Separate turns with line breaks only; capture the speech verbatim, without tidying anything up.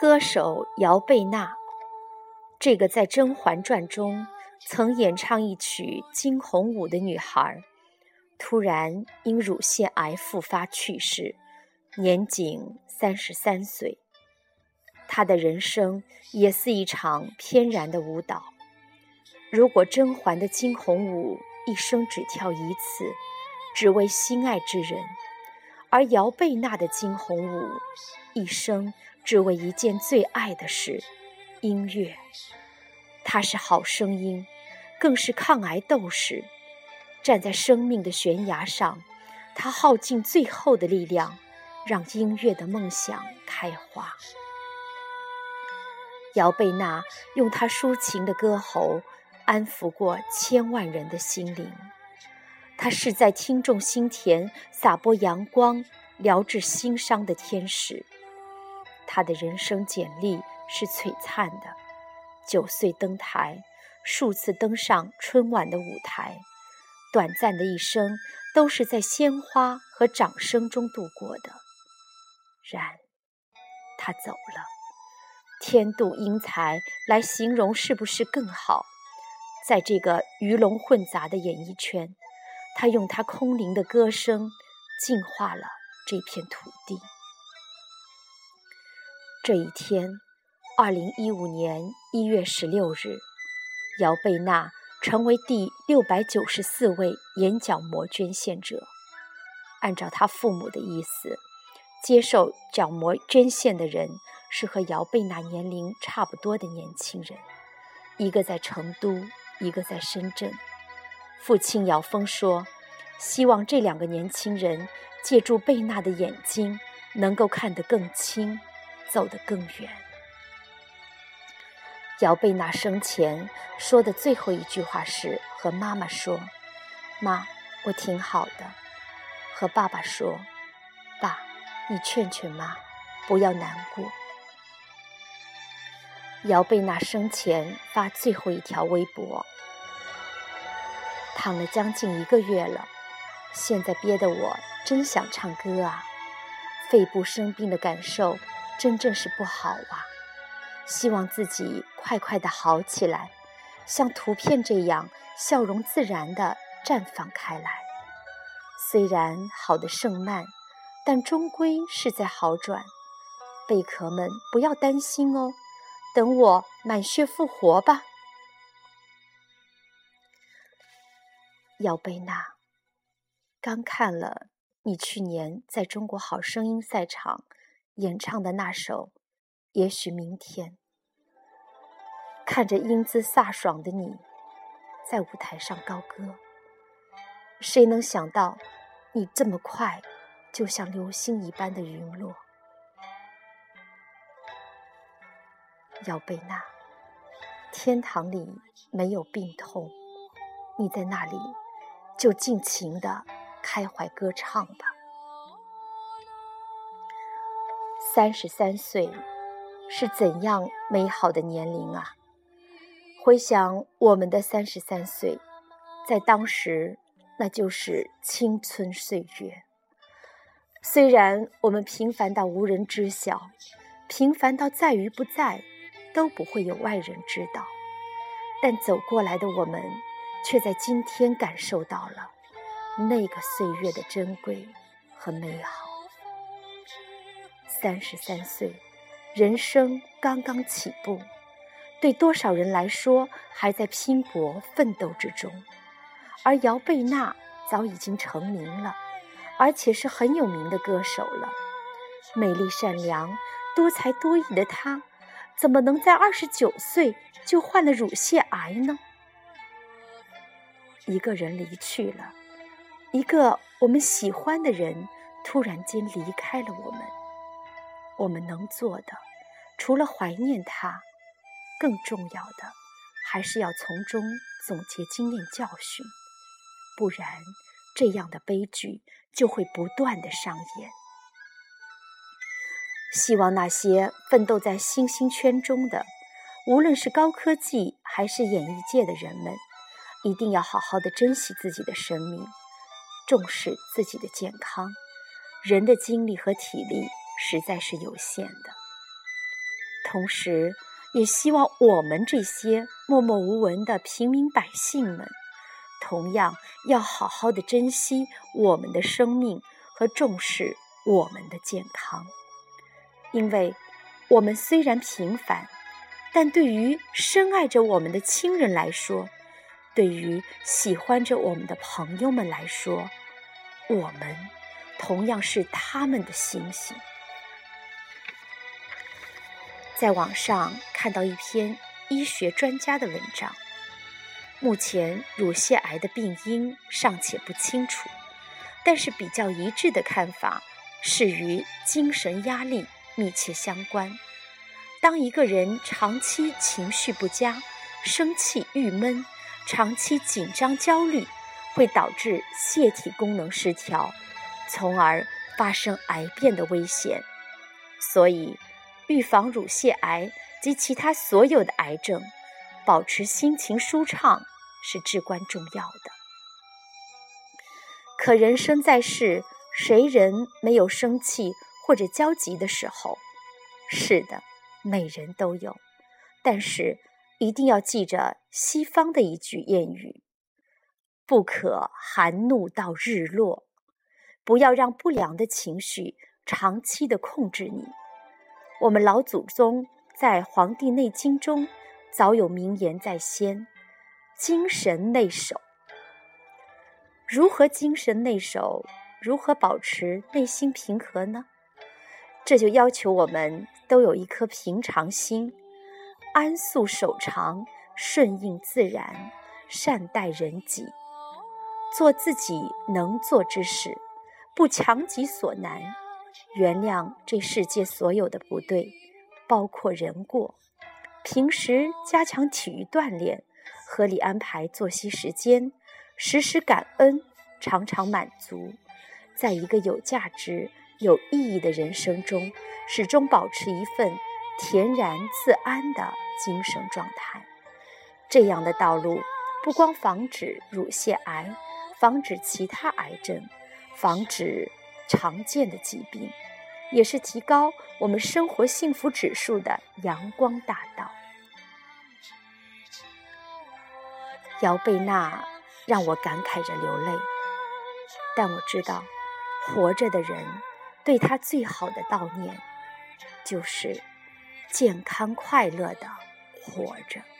歌手姚贝娜，这个在《甄嬛传》中曾演唱一曲《惊鸿舞》的女孩，突然因乳腺癌复发去世，年仅三十三岁。她的人生也似一场翩然的舞蹈。如果甄嬛的惊鸿舞一生只跳一次，只为心爱之人，而姚贝娜的惊鸿舞一生只为一件最爱的事——音乐。她是好声音，更是抗癌斗士。站在生命的悬崖上，她耗尽最后的力量，让音乐的梦想开花。姚贝娜用她抒情的歌喉安抚过千万人的心灵，她是在听众心田洒播阳光、疗治心伤的天使。她的人生简历是璀璨的：九岁登台，数次登上春晚的舞台，短暂的一生都是在鲜花和掌声中度过的。然，她走了。天妒英才来形容是不是更好？在这个鱼龙混杂的演艺圈，他用他空灵的歌声净化了这片土地。这一天，二零一五年一月十六日，姚贝娜成为第六百九十四位眼角膜捐献者。按照他父母的意思，接受角膜捐献的人是和姚贝娜年龄差不多的年轻人，一个在成都，一个在深圳。父亲姚峰说，希望这两个年轻人借助贝娜的眼睛，能够看得更清，走得更远。姚贝娜生前说的最后一句话是和妈妈说：妈，我挺好的。和爸爸说：爸，你劝劝妈，不要难过。姚贝娜生前发最后一条微博：躺了将近一个月了，现在憋得我真想唱歌啊，肺部生病的感受真正是不好啊，希望自己快快的好起来，像图片这样笑容自然地绽放开来。虽然好得甚慢，但终归是在好转。贝壳们不要担心哦，等我满血复活吧。姚贝娜，刚看了你去年在中国好声音赛场演唱的那首《也许明天》，看着英姿飒爽的你在舞台上高歌，谁能想到你这么快就像流星一般的陨落。姚贝娜，天堂里没有病痛，你在那里就尽情地开怀歌唱吧。三十三岁是怎样美好的年龄啊！回想我们的三十三岁，在当时那就是青春岁月。虽然我们平凡到无人知晓，平凡到在与不在都不会有外人知道，但走过来的我们却在今天感受到了那个岁月的珍贵和美好。三十三岁，人生刚刚起步，对多少人来说还在拼搏奋斗之中，而姚贝娜早已经成名了，而且是很有名的歌手了。美丽善良、多才多艺的她，怎么能在二十九岁就患了乳腺癌呢？一个人离去了，一个我们喜欢的人突然间离开了我们。我们能做的，除了怀念他，更重要的还是要从中总结经验教训，不然这样的悲剧就会不断的上演。希望那些奋斗在新兴圈中的，无论是高科技还是演艺界的人们，一定要好好的珍惜自己的生命，重视自己的健康。人的精力和体力实在是有限的。 同时也希望我们这些默默无闻的平民百姓们，同样要好好的珍惜我们的生命和重视我们的健康。因为我们虽然平凡，但对于深爱着我们的亲人来说，对于喜欢着我们的朋友们来说，我们同样是他们的星星。在网上看到一篇医学专家的文章，目前乳腺癌的病因尚且不清楚，但是比较一致的看法是与精神压力密切相关。当一个人长期情绪不佳、生气郁闷、长期紧张焦虑，会导致腺体功能失调，从而发生癌变的危险。所以预防乳腺癌及其他所有的癌症，保持心情舒畅是至关重要的。可人生在世，谁人没有生气或者焦急的时候？是的，每人都有。但是一定要记着西方的一句谚语：不可含怒到日落。不要让不良的情绪长期的控制你。我们老祖宗在《黄帝内经》中早有名言在先：精神内守。如何精神内守？如何保持内心平和呢？这就要求我们都有一颗平常心，安素守常，顺应自然，善待人己，做自己能做之事，不强己所难，原谅这世界所有的不对，包括人过。平时加强体育锻炼，合理安排作息时间，时时感恩，常常满足，在一个有价值、有意义的人生中，始终保持一份恬然自安的精神状态。这样的道路不光防止乳腺癌，防止其他癌症，防止常见的疾病，也是提高我们生活幸福指数的阳光大道。姚贝娜让我感慨着流泪，但我知道活着的人对他最好的悼念就是健康快乐的活着。